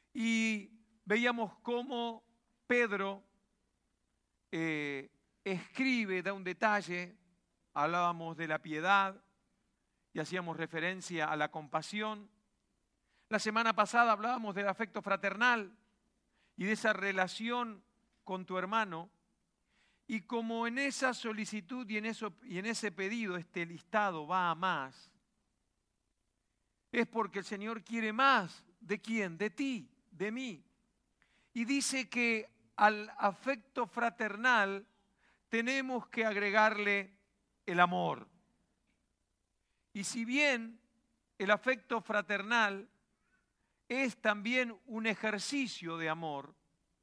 Y veíamos cómo Pedro escribe, da un detalle, hablábamos de la piedad y hacíamos referencia a la compasión. La semana pasada hablábamos del afecto fraternal y de esa relación con tu hermano. Y como en esa solicitud y en ese pedido este listado va a más, es porque el Señor quiere más. ¿De quién? De ti, de mí. Y dice que al afecto fraternal tenemos que agregarle el amor. Y si bien el afecto fraternal es también un ejercicio de amor,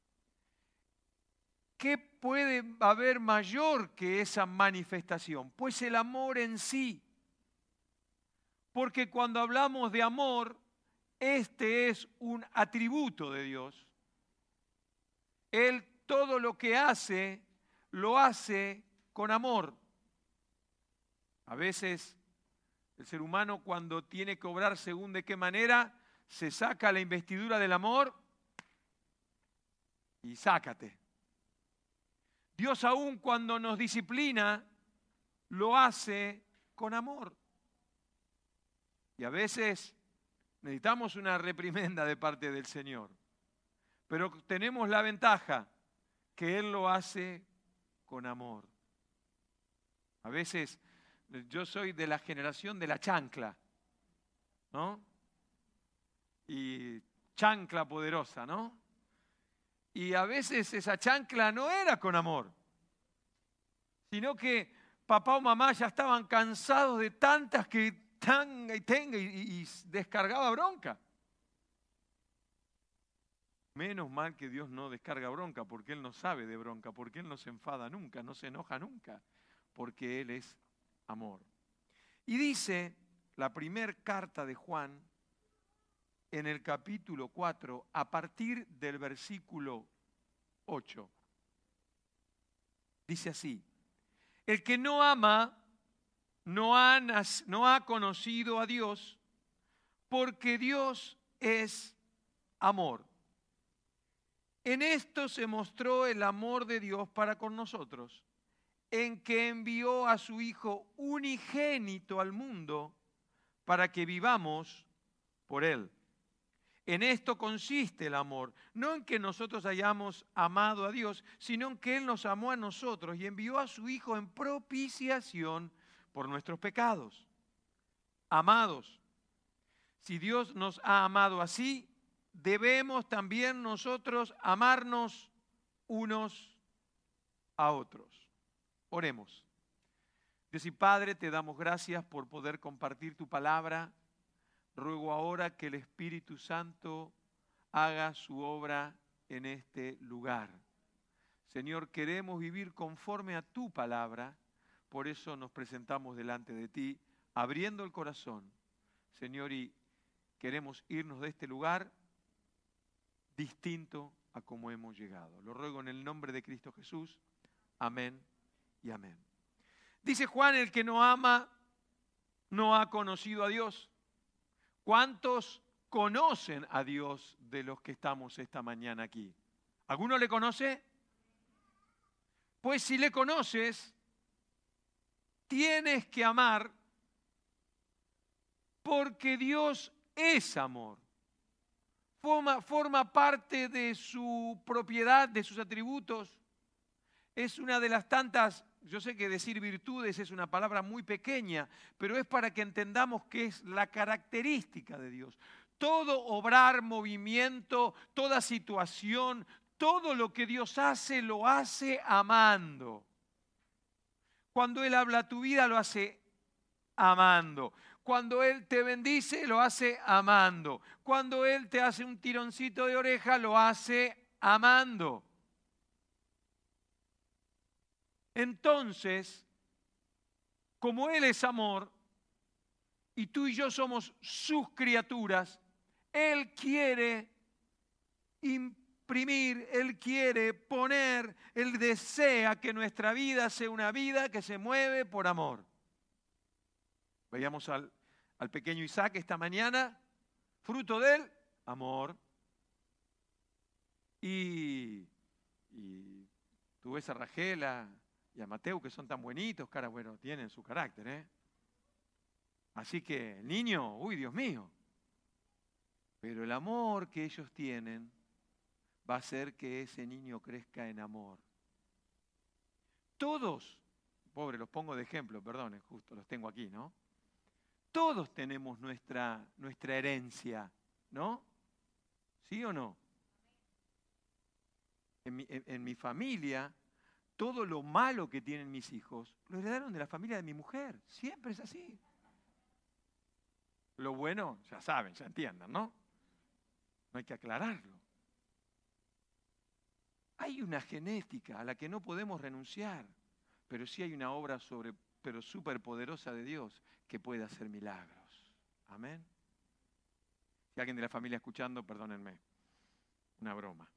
¿qué puede haber mayor que esa manifestación? Pues el amor en sí. Porque cuando hablamos de amor, este es un atributo de Dios. Él todo lo que hace, lo hace con amor. A veces el ser humano cuando tiene que obrar según de qué manera, se saca la investidura del amor y sácate. Dios aún cuando nos disciplina, lo hace con amor. Y a veces necesitamos una reprimenda de parte del Señor. Pero tenemos la ventaja que Él lo hace con amor. A veces yo soy de la generación de la chancla, ¿no? Y chancla poderosa, ¿no? Y a veces esa chancla no era con amor, sino que papá o mamá ya estaban cansados de tantas que tanga y tenga y descargaba bronca. Menos mal que Dios no descarga bronca, porque Él no sabe de bronca, porque Él no se enfada nunca, no se enoja nunca, porque Él es amor. Y dice la primera carta de Juan, en el capítulo 4, a partir del versículo 8. Dice así: el que no ama no ha conocido a Dios, porque Dios es amor. En esto se mostró el amor de Dios para con nosotros, en que envió a su Hijo unigénito al mundo para que vivamos por Él. En esto consiste el amor, no en que nosotros hayamos amado a Dios, sino en que Él nos amó a nosotros y envió a su Hijo en propiciación por nuestros pecados. Amados, si Dios nos ha amado así, debemos también nosotros amarnos unos a otros. Oremos. Dios y Padre, te damos gracias por poder compartir tu palabra. Ruego ahora que el Espíritu Santo haga su obra en este lugar. Señor, queremos vivir conforme a tu palabra, por eso nos presentamos delante de ti, abriendo el corazón. Señor, y queremos irnos de este lugar distinto a como hemos llegado. Lo ruego en el nombre de Cristo Jesús. Amén y amén. Dice Juan, el que no ama no ha conocido a Dios. ¿Cuántos conocen a Dios de los que estamos esta mañana aquí? ¿Alguno le conoce? Pues si le conoces, tienes que amar porque Dios es amor. Forma parte de su propiedad, de sus atributos. Es una de las tantas, yo sé que decir virtudes es una palabra muy pequeña, pero es para que entendamos que es la característica de Dios. Todo obrar, movimiento, toda situación, todo lo que Dios hace, lo hace amando. Cuando Él habla a tu vida, lo hace amando. Cuando Él te bendice, lo hace amando. Cuando Él te hace un tironcito de oreja, lo hace amando. Entonces, como Él es amor y tú y yo somos sus criaturas, Él quiere imprimir, Él quiere poner, Él desea que nuestra vida sea una vida que se mueve por amor. Veíamos al pequeño Isaac esta mañana, fruto del amor. Y tú ves a Rachel y a Mateo, que son tan buenitos, cara, bueno, tienen su carácter, ¿eh? Así que el niño, uy, Dios mío. Pero el amor que ellos tienen va a hacer que ese niño crezca en amor. Todos, pobre, los pongo de ejemplo, perdón, justo los tengo aquí, ¿no? Todos tenemos nuestra herencia, ¿no? ¿Sí o no? En mi familia, todo lo malo que tienen mis hijos, lo heredaron de la familia de mi mujer. Siempre es así. Lo bueno, ya saben, ya entiendan, ¿no? No hay que aclararlo. Hay una genética a la que no podemos renunciar, pero sí hay una obra pero súper poderosa de Dios que puede hacer milagros. Amén. Si alguien de la familia escuchando, perdónenme, una broma.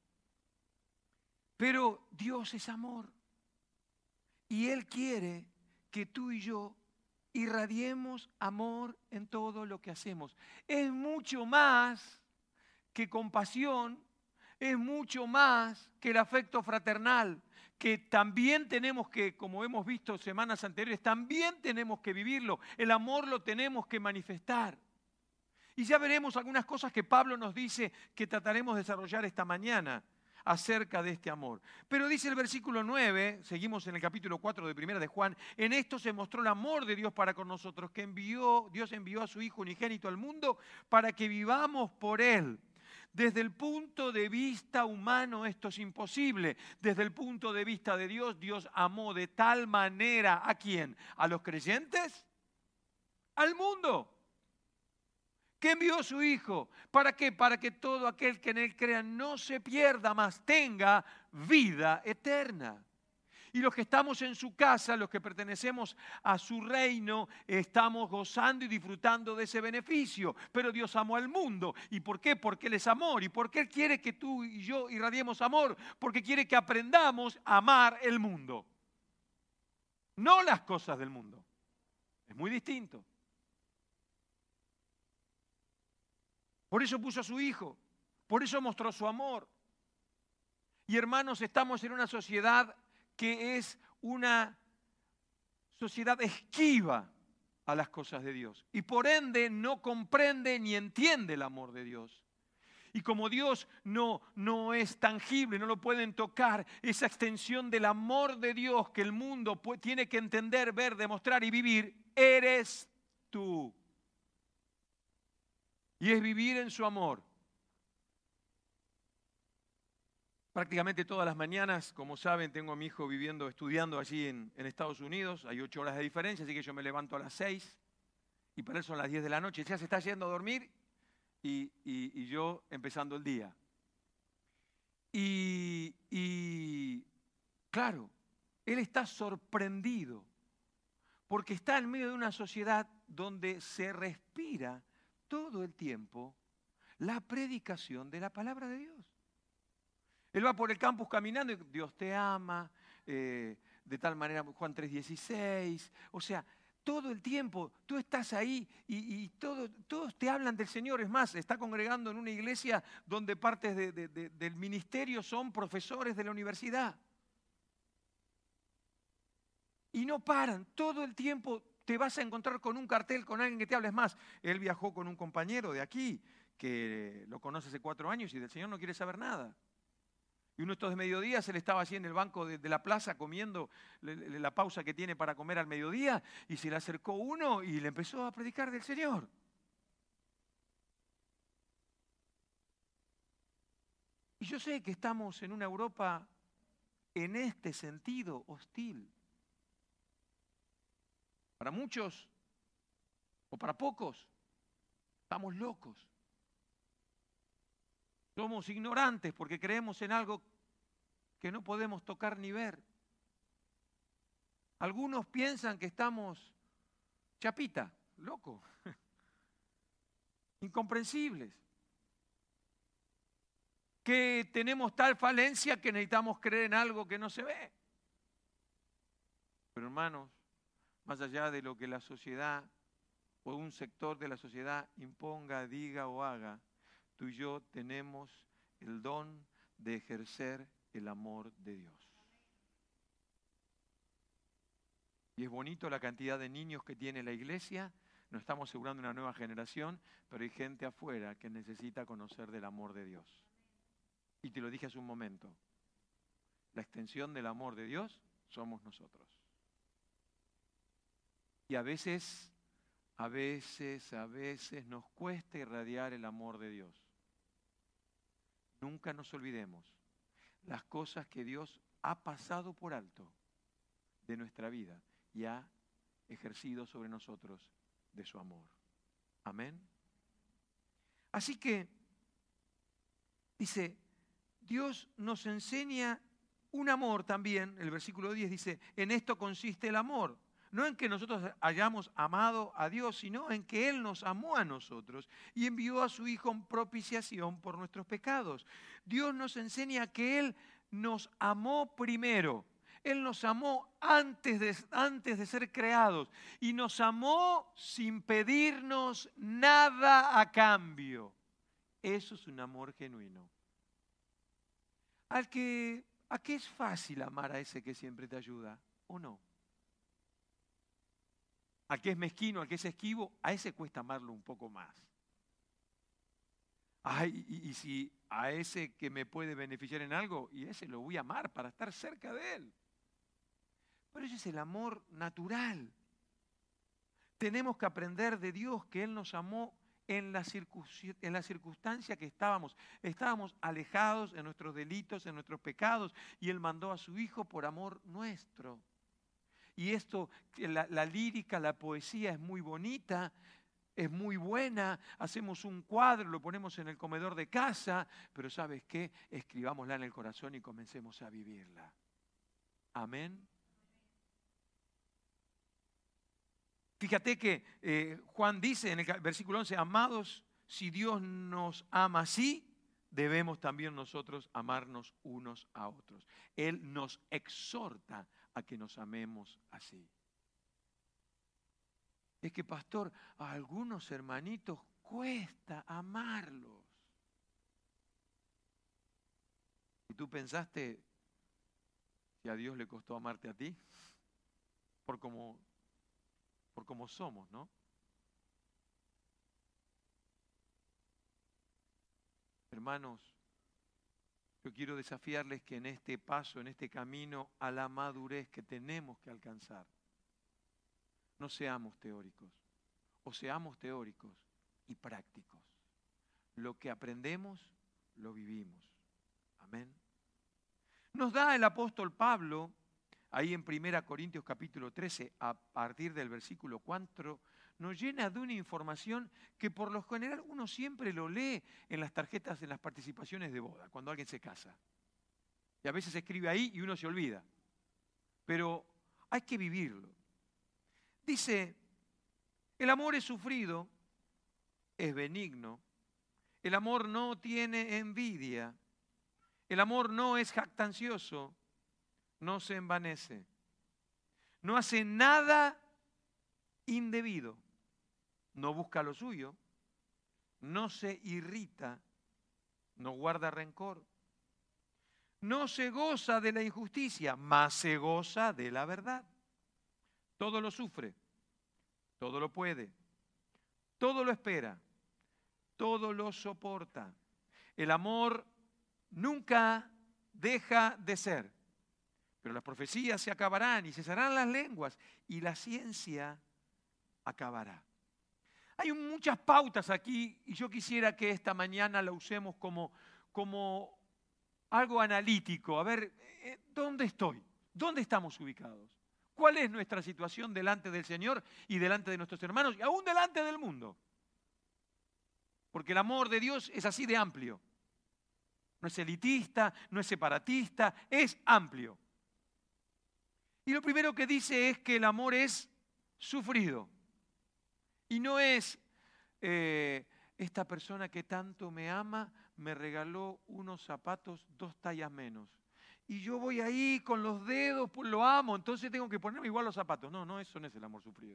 Pero Dios es amor y Él quiere que tú y yo irradiemos amor en todo lo que hacemos. Es mucho más que compasión, es mucho más que el afecto fraternal, que también tenemos que, como hemos visto semanas anteriores, también tenemos que vivirlo. El amor lo tenemos que manifestar. Y ya veremos algunas cosas que Pablo nos dice que trataremos de desarrollar esta mañana acerca de este amor. Pero dice el versículo 9, seguimos en el capítulo 4 de Primera de Juan, en esto se mostró el amor de Dios para con nosotros, que Dios envió a su Hijo unigénito al mundo para que vivamos por Él. Desde el punto de vista humano esto es imposible. Desde el punto de vista de Dios, Dios amó de tal manera ¿a quién? ¿A los creyentes? Al mundo. Que envió a su Hijo. ¿Para qué? Para que todo aquel que en Él crea no se pierda, mas tenga vida eterna. Y los que estamos en su casa, los que pertenecemos a su reino, estamos gozando y disfrutando de ese beneficio. Pero Dios amó al mundo. ¿Y por qué? Porque Él es amor. ¿Y por qué Él quiere que tú y yo irradiemos amor? Porque quiere que aprendamos a amar el mundo. No las cosas del mundo. Es muy distinto. Por eso puso a su Hijo. Por eso mostró su amor. Y hermanos, estamos en una sociedad que es una sociedad esquiva a las cosas de Dios. Y por ende no comprende ni entiende el amor de Dios. Y como Dios no es tangible, no lo pueden tocar, esa extensión del amor de Dios que el mundo tiene que entender, ver, demostrar y vivir, eres tú. Y es vivir en su amor. Prácticamente todas las mañanas, como saben, tengo a mi hijo estudiando allí en Estados Unidos. Hay 8 horas de diferencia, así que yo me levanto a las 6 y para él son las 10 de la noche. Ya se está yendo a dormir y yo empezando el día. Y claro, él está sorprendido porque está en medio de una sociedad donde se respira todo el tiempo la predicación de la palabra de Dios. Él va por el campus caminando y Dios te ama, de tal manera Juan 3:16. O sea, todo el tiempo tú estás ahí y todos te hablan del Señor. Es más, está congregando en una iglesia donde partes del ministerio son profesores de la universidad. Y no paran, todo el tiempo te vas a encontrar con un cartel, con alguien que te hables más. Él viajó con un compañero de aquí que lo conoce hace 4 años y del Señor no quiere saber nada. Y uno de estos de mediodía, él estaba allí en el banco de la plaza comiendo la pausa que tiene para comer al mediodía y se le acercó uno y le empezó a predicar del Señor. Y yo sé que estamos en una Europa en este sentido hostil. Para muchos o para pocos, estamos locos. Somos ignorantes porque creemos en algo que no podemos tocar ni ver. Algunos piensan que estamos chapita, loco, incomprensibles. Que tenemos tal falencia que necesitamos creer en algo que no se ve. Pero hermanos, más allá de lo que la sociedad o un sector de la sociedad imponga, diga o haga, tú y yo tenemos el don de ejercer el amor de Dios. Y es bonito la cantidad de niños que tiene la iglesia. Nos estamos asegurando una nueva generación, pero hay gente afuera que necesita conocer del amor de Dios. Y te lo dije hace un momento. La extensión del amor de Dios somos nosotros. Y a veces nos cuesta irradiar el amor de Dios. Nunca nos olvidemos las cosas que Dios ha pasado por alto de nuestra vida y ha ejercido sobre nosotros de su amor. Amén. Así que, dice, Dios nos enseña un amor también. El versículo 10 dice, en esto consiste el amor. No en que nosotros hayamos amado a Dios, sino en que Él nos amó a nosotros y envió a su Hijo en propiciación por nuestros pecados. Dios nos enseña que Él nos amó primero. Él nos amó antes de ser creados y nos amó sin pedirnos nada a cambio. Eso es un amor genuino. ¿A qué es fácil amar a ese que siempre te ayuda o no? Al que es mezquino, al que es esquivo, a ese cuesta amarlo un poco más. Ay, y si a ese que me puede beneficiar en algo, y a ese lo voy a amar para estar cerca de él. Pero ese es el amor natural. Tenemos que aprender de Dios que Él nos amó en la circunstancia que estábamos. Estábamos alejados en nuestros delitos, en nuestros pecados, y Él mandó a su Hijo por amor nuestro. Y esto, la lírica, la poesía es muy bonita, es muy buena, hacemos un cuadro, lo ponemos en el comedor de casa, pero ¿sabes qué? Escribámosla en el corazón y comencemos a vivirla. Amén. Fíjate que Juan dice en el versículo 11, amados, si Dios nos ama así, debemos también nosotros amarnos unos a otros. Él nos exhorta a que nos amemos así. Es que, pastor, a algunos hermanitos cuesta amarlos. ¿Y tú pensaste que a Dios le costó amarte a ti? Por cómo somos, ¿no? Hermanos, yo quiero desafiarles que en este paso, en este camino a la madurez que tenemos que alcanzar, no seamos teóricos, o seamos teóricos y prácticos. Lo que aprendemos, lo vivimos. Amén. Nos da el apóstol Pablo, ahí en 1 Corintios capítulo 13, a partir del versículo 4, nos llena de una información que por lo general uno siempre lo lee en las tarjetas, en las participaciones de boda, cuando alguien se casa. Y a veces se escribe ahí y uno se olvida. Pero hay que vivirlo. Dice, el amor es sufrido, es benigno, el amor no tiene envidia, el amor no es jactancioso, no se envanece, no hace nada indebido, no busca lo suyo, no se irrita, no guarda rencor, no se goza de la injusticia, mas se goza de la verdad. Todo lo sufre, todo lo puede, todo lo espera, todo lo soporta. El amor nunca deja de ser. Pero las profecías se acabarán y cesarán las lenguas y la ciencia acabará. Hay muchas pautas aquí y yo quisiera que esta mañana la usemos como algo analítico. A ver, ¿dónde estoy? ¿Dónde estamos ubicados? ¿Cuál es nuestra situación delante del Señor y delante de nuestros hermanos y aún delante del mundo? Porque el amor de Dios es así de amplio. No es elitista, no es separatista, es amplio. Y lo primero que dice es que el amor es sufrido. Y no es esta persona que tanto me ama me regaló unos zapatos 2 tallas menos. Y yo voy ahí con los dedos, pues lo amo, entonces tengo que ponerme igual los zapatos. No, eso no es el amor sufrido.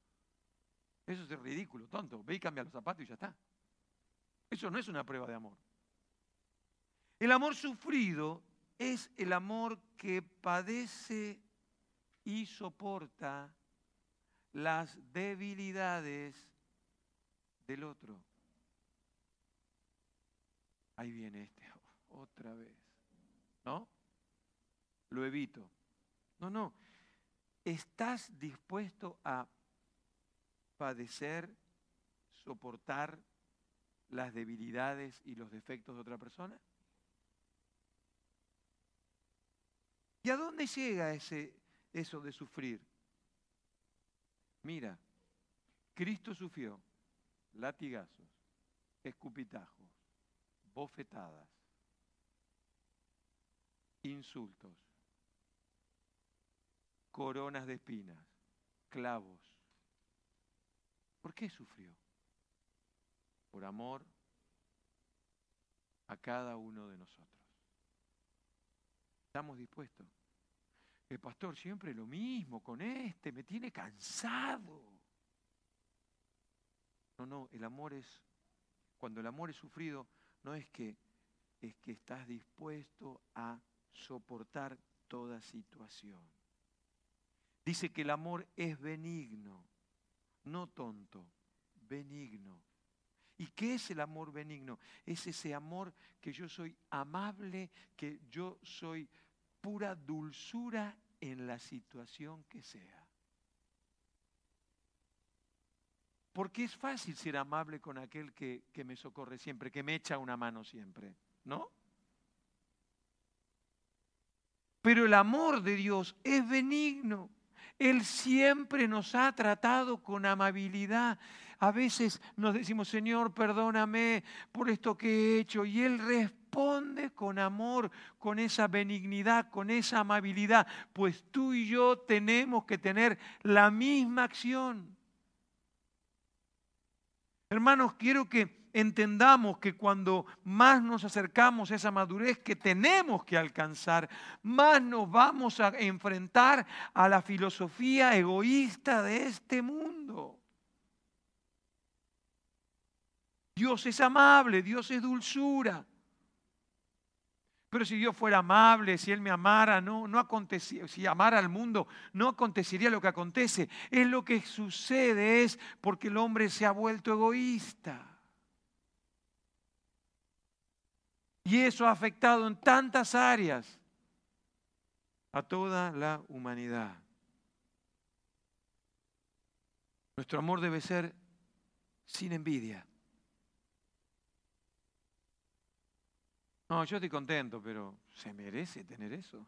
Eso es ridículo, tonto. Ve y cambia los zapatos y ya está. Eso no es una prueba de amor. El amor sufrido es el amor que padece y soporta las debilidades del otro. Ahí viene otra vez. ¿No? Lo evito. No. ¿Estás dispuesto a padecer, soportar las debilidades y los defectos de otra persona? ¿Y a dónde llega eso de sufrir? Mira, Cristo sufrió latigazos, escupitajos, bofetadas, insultos, coronas de espinas, clavos. ¿Por qué sufrió? Por amor a cada uno de nosotros. ¿Estamos dispuestos? El pastor siempre lo mismo con me tiene cansado. No, el amor cuando el amor es sufrido, no es que estás dispuesto a soportar toda situación. Dice que el amor es benigno, no tonto, benigno. ¿Y qué es el amor benigno? Es ese amor que yo soy amable, que yo soy pura dulzura en la situación que sea. Porque es fácil ser amable con aquel que me socorre siempre, que me echa una mano siempre, ¿no? Pero el amor de Dios es benigno. Él siempre nos ha tratado con amabilidad. A veces nos decimos, Señor, perdóname por esto que he hecho. Y Él responde con amor, con esa benignidad, con esa amabilidad. Pues tú y yo tenemos que tener la misma acción. Hermanos, quiero que entendamos que cuando más nos acercamos a esa madurez que tenemos que alcanzar, más nos vamos a enfrentar a la filosofía egoísta de este mundo. Dios es amable, Dios es dulzura. Pero si Dios fuera amable, si Él me amara, no acontecería, si amara al mundo, no acontecería lo que acontece. Es lo que sucede, es porque el hombre se ha vuelto egoísta. Y eso ha afectado en tantas áreas a toda la humanidad. Nuestro amor debe ser sin envidia. No, yo estoy contento, pero ¿se merece tener eso?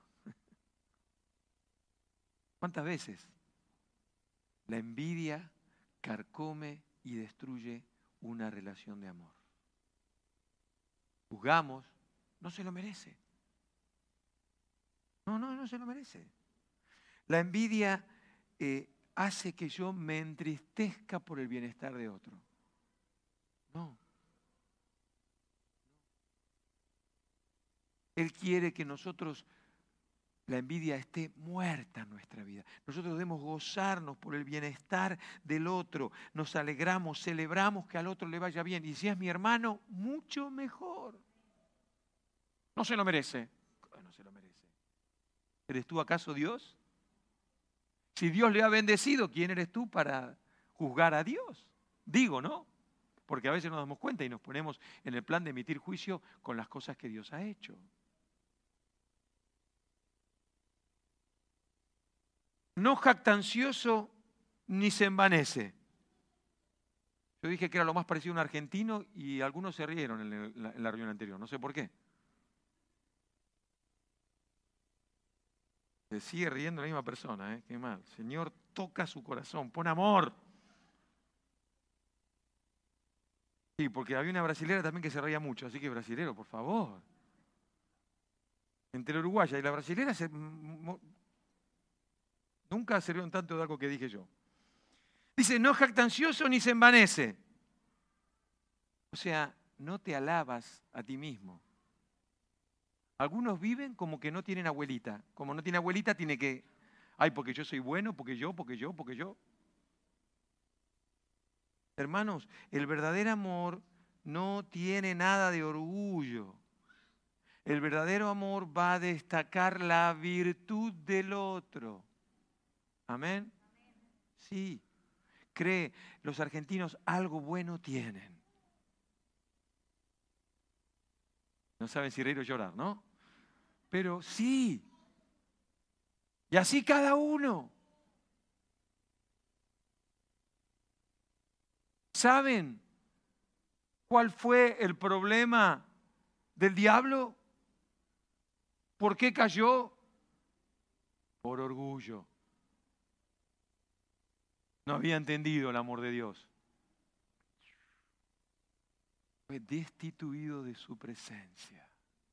¿Cuántas veces la envidia carcome y destruye una relación de amor? Juzgamos, no se lo merece. No se lo merece. La envidia hace que yo me entristezca por el bienestar de otro. No. Él quiere que nosotros, la envidia esté muerta en nuestra vida. Nosotros debemos gozarnos por el bienestar del otro. Nos alegramos, celebramos que al otro le vaya bien. Y si es mi hermano, mucho mejor. No se lo merece. No se lo merece. ¿Eres tú acaso Dios? Si Dios le ha bendecido, ¿quién eres tú para juzgar a Dios? Digo, ¿no? Porque a veces nos damos cuenta y nos ponemos en el plan de emitir juicio con las cosas que Dios ha hecho. No jactancioso ni se envanece. Yo dije que era lo más parecido a un argentino y algunos se rieron en la reunión anterior, no sé por qué. Se sigue riendo la misma persona, qué mal. Señor, toca su corazón, pon amor. Sí, porque había una brasilera también que se reía mucho, así que brasilero, por favor. Entre la uruguaya y la brasilera nunca se rieron tanto de algo que dije yo. Dice, no es jactancioso ni se envanece. O sea, no te alabas a ti mismo. Algunos viven como que no tienen abuelita. Como no tiene abuelita, tiene que, ay, porque yo soy bueno, porque yo. Hermanos, el verdadero amor no tiene nada de orgullo. El verdadero amor va a destacar la virtud del otro. ¿Amén? Sí. Cree, los argentinos algo bueno tienen. No saben si reír o llorar, ¿no? Pero sí. Y así cada uno. ¿Saben cuál fue el problema del diablo? ¿Por qué cayó? Por orgullo. No había entendido el amor de Dios. Fue destituido de su presencia.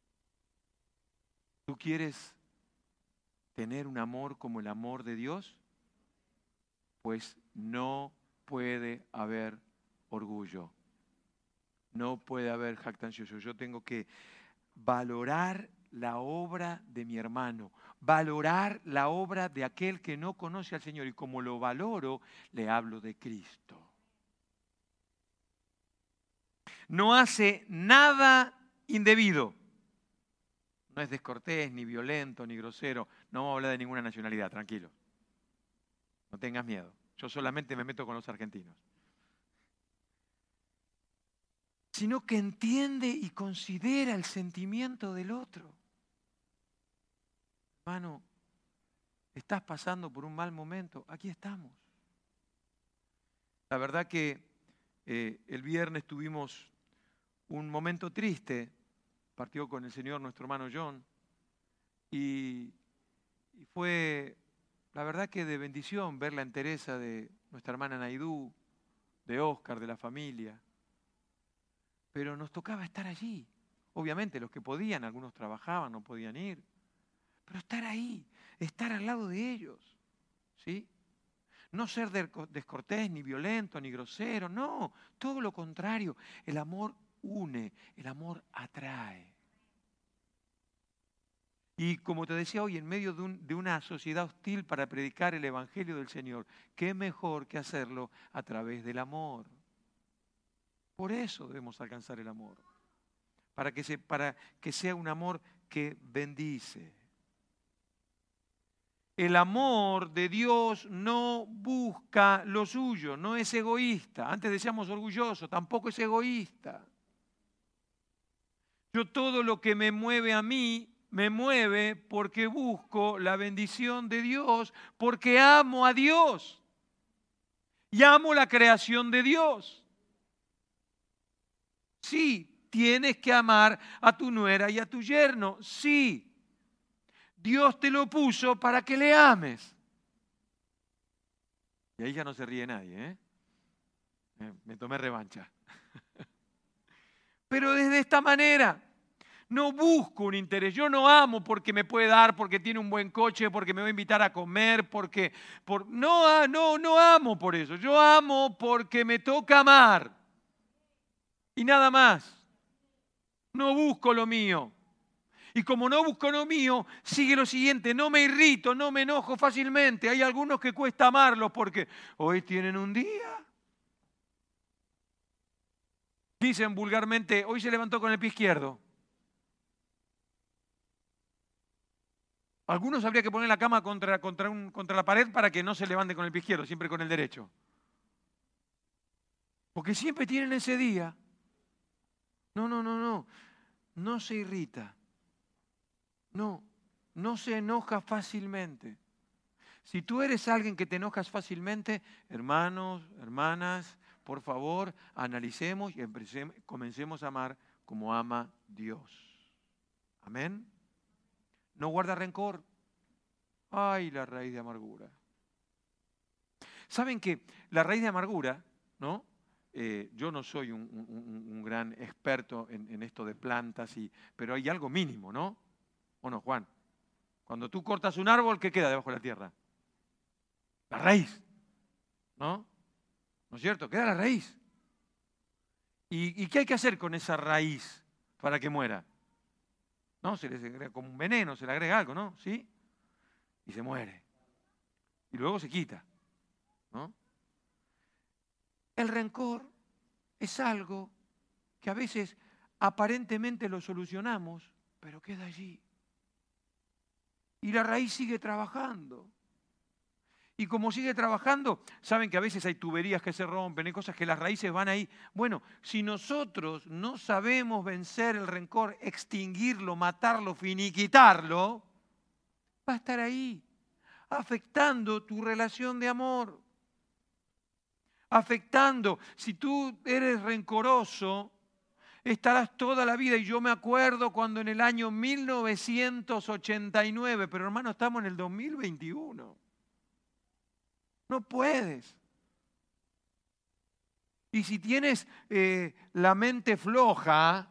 ¿Tú quieres tener un amor como el amor de Dios? Pues no puede haber orgullo. No puede haber jactancia. Yo tengo que valorar la obra de mi hermano, valorar la obra de aquel que no conoce al Señor. Y como lo valoro, le hablo de Cristo. No hace nada indebido. No es descortés, ni violento, ni grosero. No vamos a hablar de ninguna nacionalidad, tranquilo. No tengas miedo. Yo solamente me meto con los argentinos. Sino que entiende y considera el sentimiento del otro. Hermano, estás pasando por un mal momento, aquí estamos. La verdad que el viernes tuvimos un momento triste, partió con el Señor nuestro hermano John, y fue la verdad que de bendición ver la entereza de nuestra hermana Naidú, de Oscar, de la familia. Pero nos tocaba estar allí. Obviamente los que podían, algunos trabajaban, no podían ir. Pero estar ahí, estar al lado de ellos. ¿Sí? No ser descortés, ni violento, ni grosero. No, todo lo contrario. El amor une, el amor atrae. Y como te decía hoy, en medio de una sociedad hostil para predicar el Evangelio del Señor, qué mejor que hacerlo a través del amor. Por eso debemos alcanzar el amor, para que sea un amor que bendice. El amor de Dios no busca lo suyo, no es egoísta. Antes decíamos orgulloso, tampoco es egoísta. Yo todo lo que me mueve a mí, me mueve porque busco la bendición de Dios, porque amo a Dios y amo la creación de Dios. Sí, tienes que amar a tu nuera y a tu yerno. Sí, Dios te lo puso para que le ames. Y ahí ya no se ríe nadie, ¿eh? Me tomé revancha. Pero desde esta manera, no busco un interés. Yo no amo porque me puede dar, porque tiene un buen coche, porque me va a invitar a comer, no amo por eso. Yo amo porque me toca amar. Y nada más. No busco lo mío. Y como no busco lo mío, sigue lo siguiente, no me irrito, no me enojo fácilmente. Hay algunos que cuesta amarlos porque hoy tienen un día. Dicen vulgarmente, hoy se levantó con el pie izquierdo. Algunos habría que poner la cama contra la pared para que no se levante con el pie izquierdo, siempre con el derecho. Porque siempre tienen ese día. No se irrita. No se enoja fácilmente. Si tú eres alguien que te enojas fácilmente, hermanos, hermanas, por favor, analicemos y comencemos a amar como ama Dios. Amén. No guarda rencor. Ay, la raíz de amargura. ¿Saben que la raíz de amargura, ¿no? Yo no soy un gran experto en esto de plantas, pero hay algo mínimo, ¿no? ¿O no, Juan? Cuando tú cortas un árbol, ¿qué queda debajo de la tierra? La raíz, ¿no? ¿No es cierto? Queda la raíz. ¿Y qué hay que hacer con esa raíz para que muera? ¿No? Se le agrega como un veneno, se le agrega algo, ¿no? ¿Sí? Y se muere. Y luego se quita, ¿no? El rencor es algo que a veces aparentemente lo solucionamos, pero queda allí. Y la raíz sigue trabajando. Y como sigue trabajando, saben que a veces hay tuberías que se rompen, hay cosas que las raíces van ahí. Bueno, si nosotros no sabemos vencer el rencor, extinguirlo, matarlo, finiquitarlo, va a estar ahí, afectando tu relación de amor. Afectando, si tú eres rencoroso, estarás toda la vida. Y yo me acuerdo cuando en el año 1989, pero hermano, estamos en el 2021. No puedes. Y si tienes la mente floja,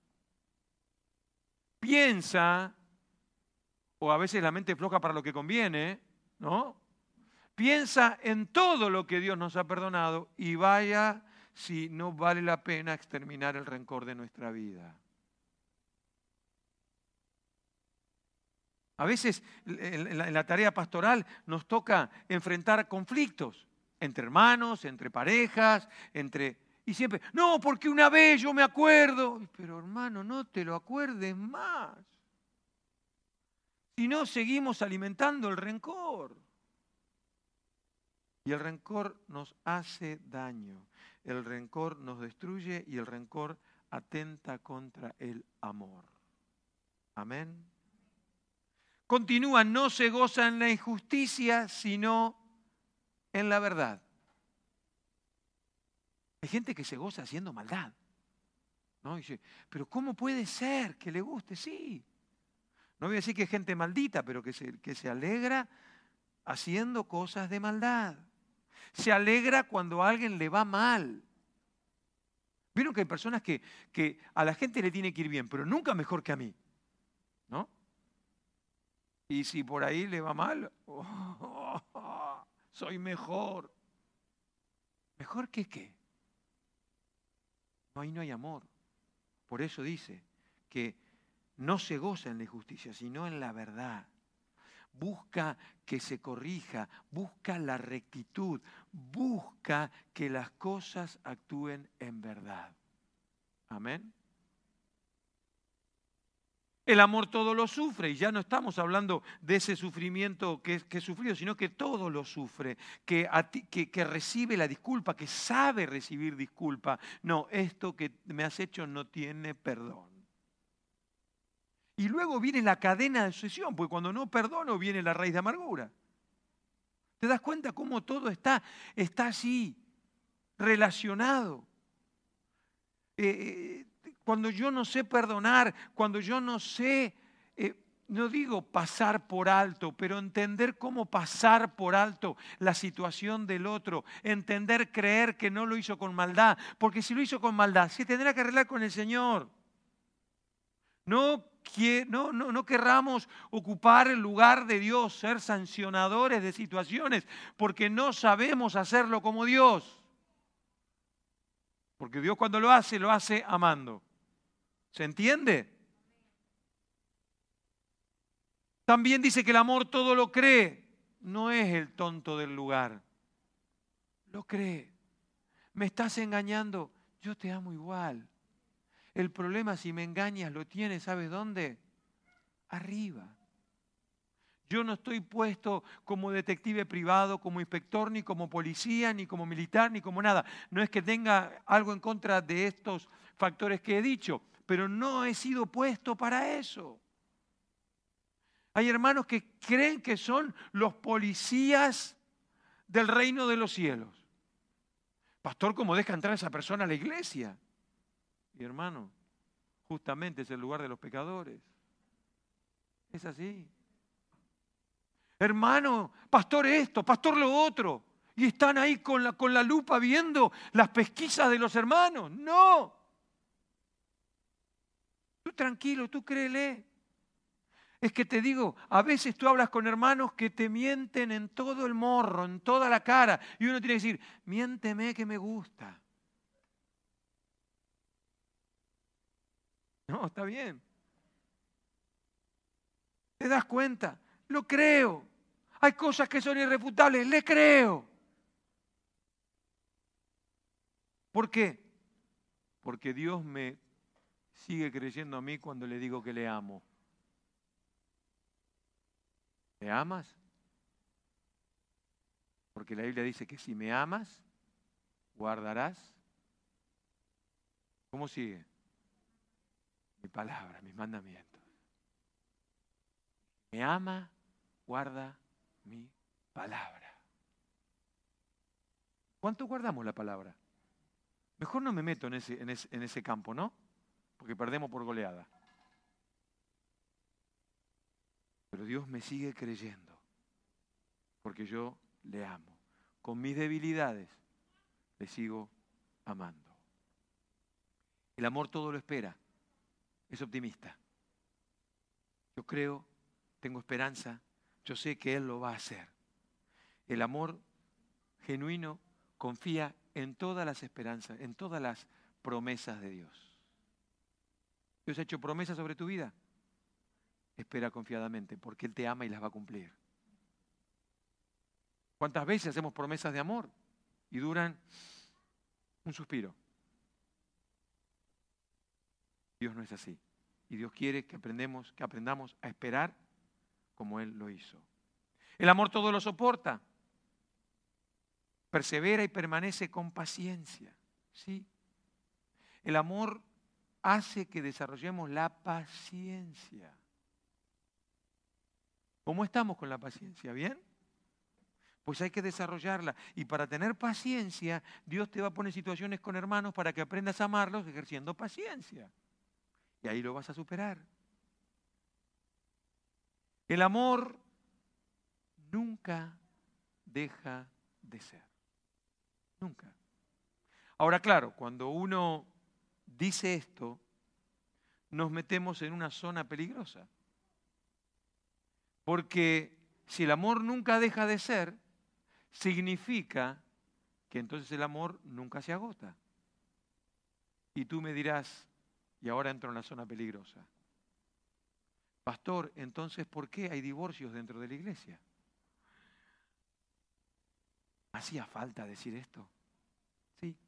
piensa, o a veces la mente floja para lo que conviene, ¿no? Piensa en todo lo que Dios nos ha perdonado y vaya si no vale la pena exterminar el rencor de nuestra vida. A veces en la tarea pastoral nos toca enfrentar conflictos entre hermanos, entre parejas, y siempre, no, porque una vez yo me acuerdo. Pero hermano, no te lo acuerdes más. Si no, seguimos alimentando el rencor. Y el rencor nos hace daño. El rencor nos destruye y el rencor atenta contra el amor. Amén. Continúa, no se goza en la injusticia, sino en la verdad. Hay gente que se goza haciendo maldad, ¿no? Y dice, pero ¿cómo puede ser que le guste? Sí. No voy a decir que es gente maldita, pero que se alegra haciendo cosas de maldad. Se alegra cuando a alguien le va mal. Vieron que hay personas que a la gente le tiene que ir bien, pero nunca mejor que a mí, ¿no? Y si por ahí le va mal, soy mejor. ¿Mejor que qué? No, ahí no hay amor. Por eso dice que no se goza en la injusticia, sino en la verdad. Busca que se corrija, busca la rectitud, busca que las cosas actúen en verdad. Amén. El amor todo lo sufre, y ya no estamos hablando de ese sufrimiento que sufrió, sino que todo lo sufre, que recibe la disculpa, que sabe recibir disculpa. No, esto que me has hecho no tiene perdón. Y luego viene la cadena de sucesión, porque cuando no perdono viene la raíz de amargura. ¿Te das cuenta cómo todo está así, relacionado? Cuando yo no sé perdonar, cuando yo no sé, no digo pasar por alto, pero entender cómo pasar por alto la situación del otro, entender, creer que no lo hizo con maldad, porque si lo hizo con maldad, se tendrá que arreglar con el Señor. No querramos ocupar el lugar de Dios, ser sancionadores de situaciones, porque no sabemos hacerlo como Dios. Porque Dios cuando lo hace amando. ¿Se entiende? También dice que el amor todo lo cree. No es el tonto del lugar. Lo cree. Me estás engañando, yo te amo igual. El problema si me engañas lo tienes, ¿sabes dónde? Arriba. Yo no estoy puesto como detective privado, como inspector, ni como policía, ni como militar, ni como nada. No es que tenga algo en contra de estos factores que he dicho, pero no he sido puesto para eso. Hay hermanos que creen que son los policías del reino de los cielos. Pastor, ¿cómo deja entrar a esa persona a la iglesia? Y hermano, justamente es el lugar de los pecadores. Es así. Hermano, pastor esto, pastor lo otro. Y están ahí con la lupa viendo las pesquisas de los hermanos. No. Tú tranquilo, tú créele. Es que te digo, a veces tú hablas con hermanos que te mienten en todo el morro, en toda la cara. Y uno tiene que decir, miénteme que me gusta. No, está bien. ¿Te das cuenta? Lo creo. Hay cosas que son irrefutables, le creo. ¿Por qué? Porque Dios me sigue creyendo a mí cuando le digo que le amo? ¿Me amas? Porque la Biblia dice que si me amas, guardarás. ¿Cómo sigue? Mi palabra, mis mandamientos. Me ama, guarda mi palabra. ¿Cuánto guardamos la palabra? Mejor no me meto en ese campo, ¿no? Porque perdemos por goleada. Pero Dios me sigue creyendo, porque yo le amo. Con mis debilidades le sigo amando. El amor todo lo espera, es optimista. Yo creo, tengo esperanza, yo sé que Él lo va a hacer. El amor genuino confía en todas las esperanzas, en todas las promesas de Dios. Dios ha hecho promesas sobre tu vida. Espera confiadamente, porque Él te ama y las va a cumplir. ¿Cuántas veces hacemos promesas de amor y duran un suspiro? Dios no es así. Y Dios quiere que aprendamos a esperar como Él lo hizo. El amor todo lo soporta. Persevera y permanece con paciencia. ¿Sí? El amor hace que desarrollemos la paciencia. ¿Cómo estamos con la paciencia? ¿Bien? Pues hay que desarrollarla. Y para tener paciencia, Dios te va a poner situaciones con hermanos para que aprendas a amarlos ejerciendo paciencia. Y ahí lo vas a superar. El amor nunca deja de ser. Nunca. Ahora, claro, cuando uno dice esto, nos metemos en una zona peligrosa. Porque si el amor nunca deja de ser, significa que entonces el amor nunca se agota. Y tú me dirás, y ahora entro en la zona peligrosa. Pastor, entonces, ¿por qué hay divorcios dentro de la iglesia? ¿Hacía falta decir esto? Sí.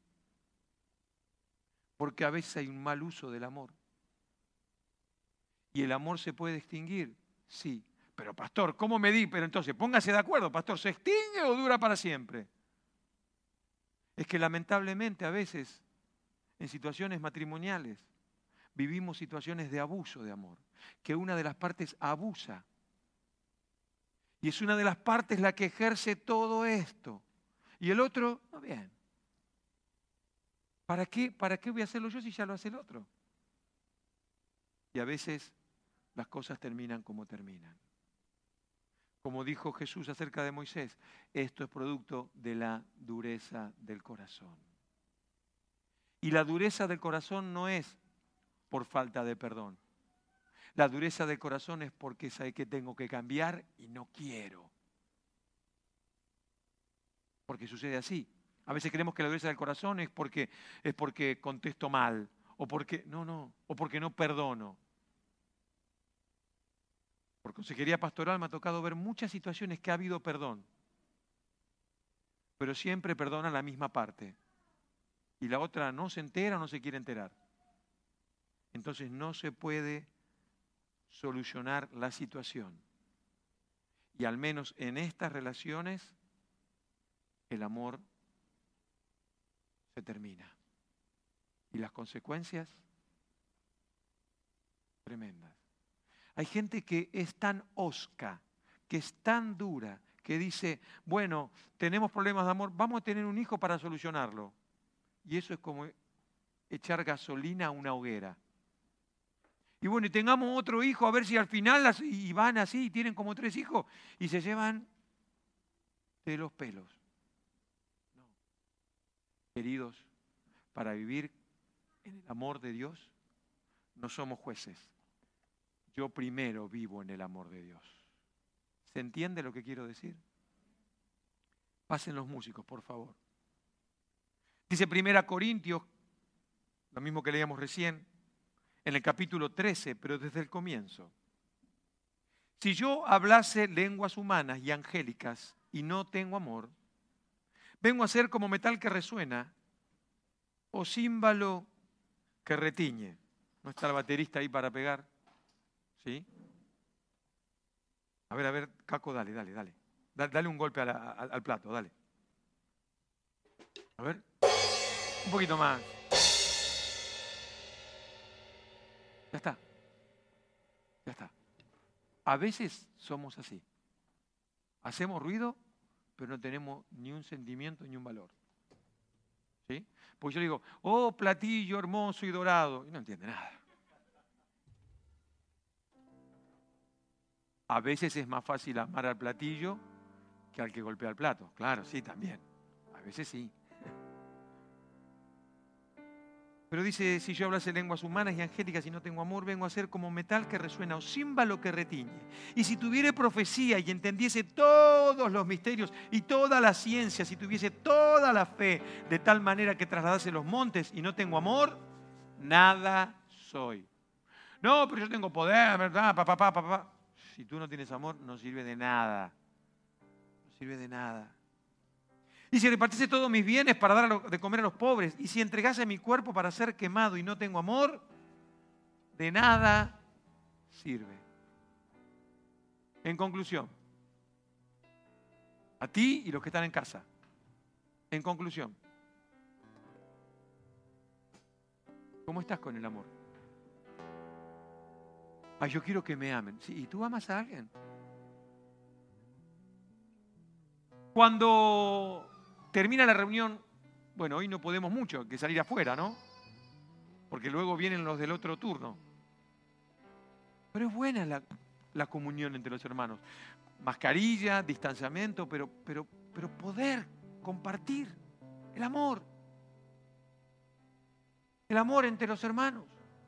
Porque a veces hay un mal uso del amor. ¿Y el amor se puede extinguir? Sí. Pero pastor, ¿cómo me di? Pero entonces, póngase de acuerdo, pastor, ¿se extingue o dura para siempre? Es que lamentablemente a veces, en situaciones matrimoniales, vivimos situaciones de abuso de amor, que una de las partes abusa. Y es una de las partes la que ejerce todo esto. Y el otro, no, bien. ¿Para qué voy a hacerlo yo si ya lo hace el otro? Y a veces las cosas terminan como terminan. Como dijo Jesús acerca de Moisés, esto es producto de la dureza del corazón. Y la dureza del corazón no es por falta de perdón. La dureza del corazón es porque sabe que tengo que cambiar y no quiero. Porque sucede así. A veces creemos que la dureza del corazón es porque contesto mal, o porque no perdono. Por consejería pastoral me ha tocado ver muchas situaciones que ha habido perdón, pero siempre perdona la misma parte. Y la otra no se entera o no se quiere enterar. Entonces no se puede solucionar la situación. Y al menos en estas relaciones, el amor se termina. Y las consecuencias, tremendas. Hay gente que es tan hosca, que es tan dura, que dice, bueno, tenemos problemas de amor, vamos a tener un hijo para solucionarlo. Y eso es como echar gasolina a una hoguera. Y bueno, y tengamos otro hijo, a ver si al final y van así, y tienen como 3 hijos, y se llevan de los pelos. No. Queridos, para vivir en el amor de Dios, no somos jueces. Yo primero vivo en el amor de Dios. ¿Se entiende lo que quiero decir? Pasen los músicos, por favor. Dice 1 Corintios, lo mismo que leíamos recién, en el capítulo 13, pero desde el comienzo. Si yo hablase lenguas humanas y angélicas y no tengo amor, vengo a ser como metal que resuena o címbalo que retiñe. No está el baterista ahí para pegar. ¿Sí? A ver, Caco, dale. Dale un golpe al plato, dale. A ver. Un poquito más. Ya está. A veces somos así. Hacemos ruido, pero no tenemos ni un sentimiento ni un valor. ¿Sí? Porque yo digo, oh, platillo hermoso y dorado. Y no entiende nada. A veces es más fácil amar al platillo que al que golpea el plato. Claro, sí, también. A veces sí. Pero dice, si yo hablase lenguas humanas y angélicas y no tengo amor, vengo a ser como metal que resuena o címbalo que retiñe. Y si tuviere profecía y entendiese todos los misterios y toda la ciencia, si tuviese toda la fe de tal manera que trasladase los montes y no tengo amor, nada soy. No, pero yo tengo poder, ¿verdad? Papá. Si tú no tienes amor, no sirve de nada. No sirve de nada. Y si repartiese todos mis bienes para dar de comer a los pobres, y si entregase mi cuerpo para ser quemado y no tengo amor, de nada sirve. En conclusión, a ti y los que están en casa, en conclusión, ¿cómo estás con el amor? Ay, yo quiero que me amen. Sí, ¿y tú amas a alguien? Cuando termina la reunión, bueno, hoy no podemos mucho, que salir afuera, ¿no? Porque luego vienen los del otro turno. Pero es buena la comunión entre los hermanos. Mascarilla, distanciamiento, pero poder compartir el amor. El amor entre los hermanos.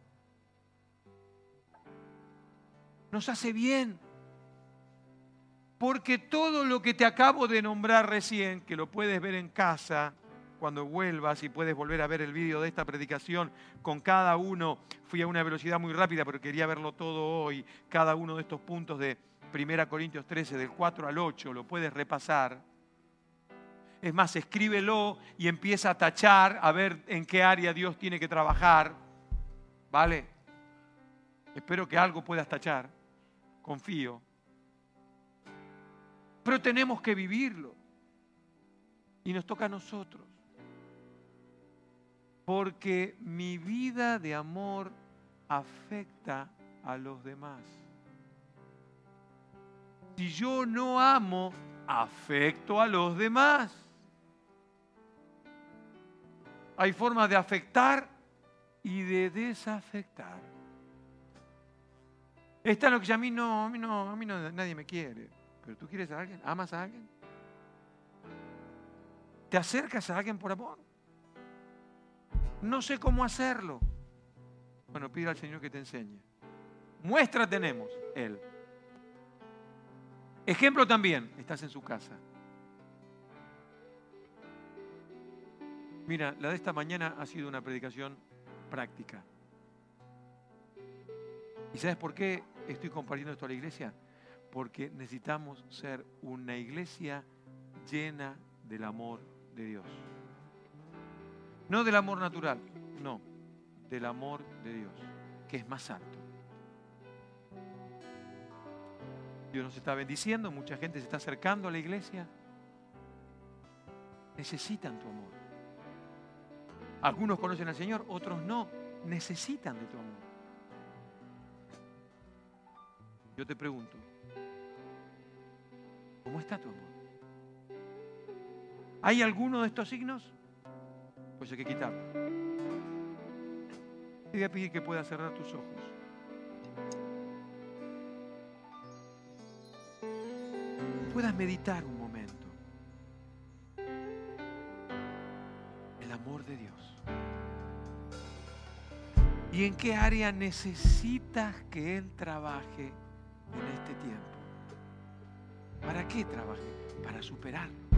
Nos hace bien. Porque todo lo que te acabo de nombrar recién, que lo puedes ver en casa cuando vuelvas y puedes volver a ver el vídeo de esta predicación con cada uno, fui a una velocidad muy rápida pero quería verlo todo hoy, cada uno de estos puntos de 1 Corintios 13, del 4 al 8, lo puedes repasar. Es más, escríbelo y empieza a tachar a ver en qué área Dios tiene que trabajar. ¿Vale? Espero que algo puedas tachar. Confío. Pero tenemos que vivirlo. Y nos toca a nosotros. Porque mi vida de amor afecta a los demás. Si yo no amo, afecto a los demás. Hay formas de afectar y de desafectar. Esta es lo que a mí no, nadie me quiere. ¿Pero tú quieres a alguien? ¿Amas a alguien? ¿Te acercas a alguien por amor? No sé cómo hacerlo. Bueno, pide al Señor que te enseñe. Muestra tenemos, Él. Ejemplo también, estás en su casa. Mira, la de esta mañana ha sido una predicación práctica. ¿Y sabes por qué estoy compartiendo esto a la iglesia? Porque necesitamos ser una iglesia llena del amor de Dios. No del amor natural, no, del amor de Dios, que es más alto. Dios nos está bendiciendo, mucha gente se está acercando a la iglesia. Necesitan tu amor. Algunos conocen al Señor, otros no. Necesitan de tu amor. Yo te pregunto, ¿cómo está tu amor? ¿Hay alguno de estos signos? Pues hay que quitarlo. Te voy a pedir que puedas cerrar tus ojos. Puedas meditar un momento. El amor de Dios. ¿Y en qué área necesitas que Él trabaje en este tiempo? ¿Para qué trabaje? Para superarlo.